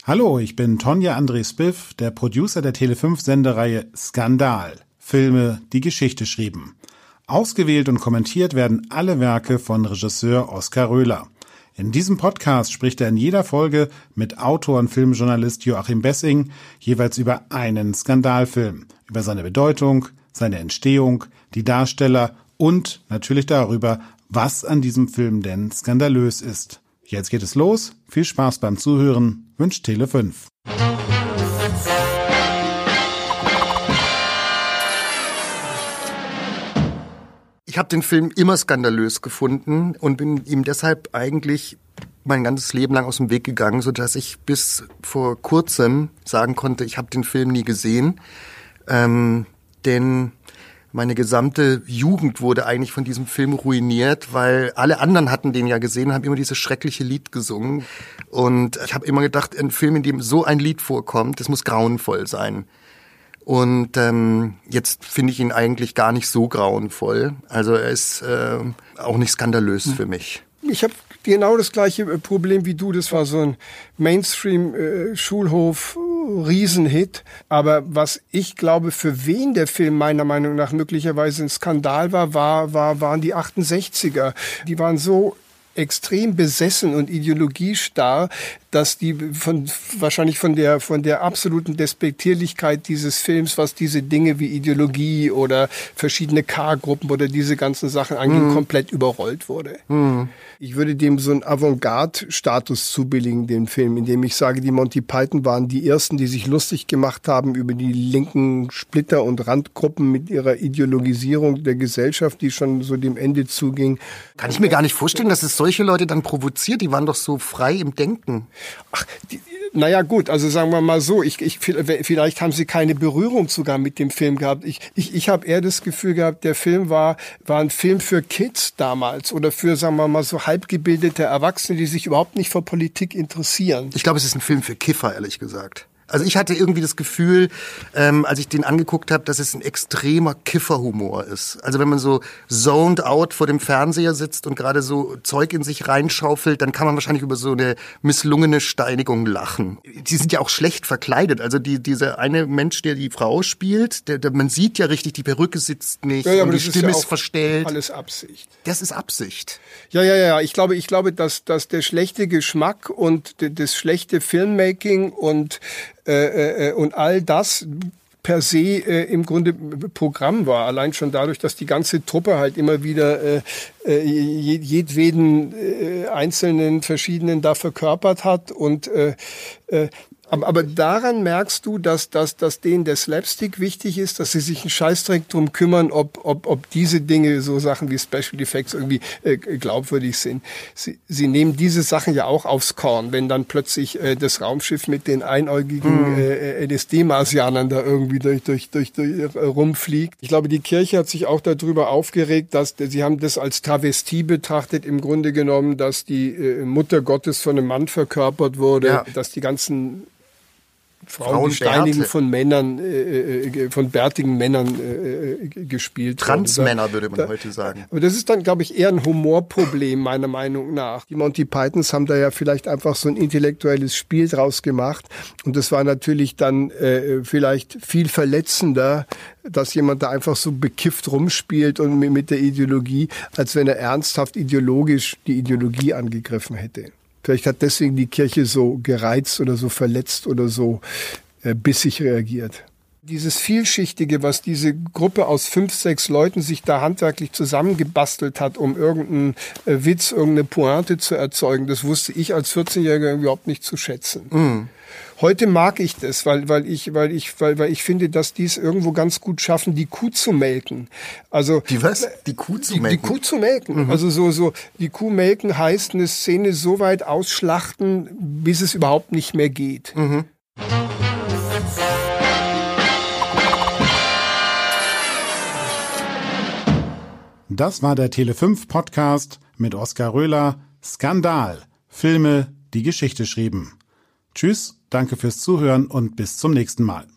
Hallo, ich bin Tonja André Spiff, der Producer der Tele5-Sendereihe Skandal. Filme, die Geschichte schrieben. Ausgewählt und kommentiert werden alle Werke von Regisseur Oskar Röhler. In diesem Podcast spricht er in jeder Folge mit Autor und Filmjournalist Joachim Bessing jeweils über einen Skandalfilm, über seine Bedeutung, seine Entstehung, die Darsteller und natürlich darüber, was an diesem Film denn skandalös ist. Jetzt geht es los. Viel Spaß beim Zuhören. Wünscht Tele5. Ich habe den Film immer skandalös gefunden und bin ihm deshalb eigentlich mein ganzes Leben lang aus dem Weg gegangen, sodass ich bis vor kurzem sagen konnte, ich habe den Film nie gesehen. Denn meine gesamte Jugend wurde eigentlich von diesem Film ruiniert, weil alle anderen hatten den ja gesehen, haben immer dieses schreckliche Lied gesungen. Und ich habe immer gedacht, ein Film, in dem so ein Lied vorkommt, das muss grauenvoll sein. Und jetzt finde ich ihn eigentlich gar nicht so grauenvoll. Also er ist auch nicht skandalös für mich. Ich habe genau das gleiche Problem wie du. Das war so ein Mainstream-Schulhof-Riesenhit. Aber was ich glaube, für wen der Film meiner Meinung nach möglicherweise ein Skandal waren die 68er. Die waren so extrem besessen und ideologiestarr, dass die wahrscheinlich von der absoluten Despektierlichkeit dieses Films, was diese Dinge wie Ideologie oder verschiedene K-Gruppen oder diese ganzen Sachen anging, komplett überrollt wurde. Ich würde dem so einen Avantgarde-Status zubilligen, den Film, indem ich sage, die Monty Python waren die ersten, die sich lustig gemacht haben über die linken Splitter und Randgruppen mit ihrer Ideologisierung der Gesellschaft, die schon so dem Ende zuging. Kann ich mir gar nicht vorstellen, dass es solche Leute dann provoziert. Die waren doch so frei im Denken. Ach, naja gut, also sagen wir mal so, vielleicht haben sie keine Berührung sogar mit dem Film gehabt. Ich habe eher das Gefühl gehabt, der Film war ein Film für Kids damals oder für, sagen wir mal, so halbgebildete Erwachsene, die sich überhaupt nicht für Politik interessieren. Ich glaube, es ist ein Film für Kiffer, ehrlich gesagt. Also ich hatte irgendwie das Gefühl, als ich den angeguckt habe, dass es ein extremer Kifferhumor ist. Also wenn man so zoned out vor dem Fernseher sitzt und gerade so Zeug in sich reinschaufelt, dann kann man wahrscheinlich über so eine misslungene Steinigung lachen. Die sind ja auch schlecht verkleidet. Also dieser eine Mensch, der die Frau spielt, man sieht ja richtig, die Perücke sitzt nicht und die Stimme ist verstellt. Alles Absicht. Das ist Absicht. Ja. Ich glaube, dass der schlechte Geschmack und das schlechte Filmmaking und all das per se im Grunde Programm war. Allein schon dadurch, dass die ganze Truppe halt immer wieder jedweden einzelnen verschiedenen da verkörpert hat und aber daran merkst du, dass denen der Slapstick wichtig ist, dass sie sich einen Scheißdreck drum kümmern, ob diese Dinge, so Sachen wie Special Effects irgendwie glaubwürdig sind. Sie nehmen diese Sachen ja auch aufs Korn, wenn dann plötzlich das Raumschiff mit den einäugigen LSD-Marsianern da irgendwie durch rumfliegt. Ich glaube, die Kirche hat sich auch darüber aufgeregt, dass sie haben das als Travestie betrachtet, im Grunde genommen, dass die Mutter Gottes von einem Mann verkörpert wurde, dass die ganzen Frauen, die Steinigen von Männern, von bärtigen Männern gespielt. Transmänner würde man heute sagen. Aber das ist dann, glaube ich, eher ein Humorproblem, meiner Meinung nach. Die Monty Pythons haben da ja vielleicht einfach so ein intellektuelles Spiel draus gemacht. Und das war natürlich dann vielleicht viel verletzender, dass jemand da einfach so bekifft rumspielt und mit der Ideologie, als wenn er ernsthaft ideologisch die Ideologie angegriffen hätte. Vielleicht hat deswegen die Kirche so gereizt oder so verletzt oder so bissig reagiert. Dieses Vielschichtige, was diese Gruppe aus 5, 6 Leuten sich da handwerklich zusammengebastelt hat, um irgendeinen Witz, irgendeine Pointe zu erzeugen, das wusste ich als 14-Jähriger überhaupt nicht zu schätzen. Heute mag ich das, weil ich finde, dass die es irgendwo ganz gut schaffen, die Kuh zu melken. Also die was? Die Kuh zu melken? Die Kuh zu melken. Also so die Kuh melken heißt eine Szene so weit ausschlachten, bis es überhaupt nicht mehr geht. Das war der Tele5-Podcast mit Oskar Röhler. Skandal. Filme, die Geschichte schrieben. Tschüss, danke fürs Zuhören und bis zum nächsten Mal.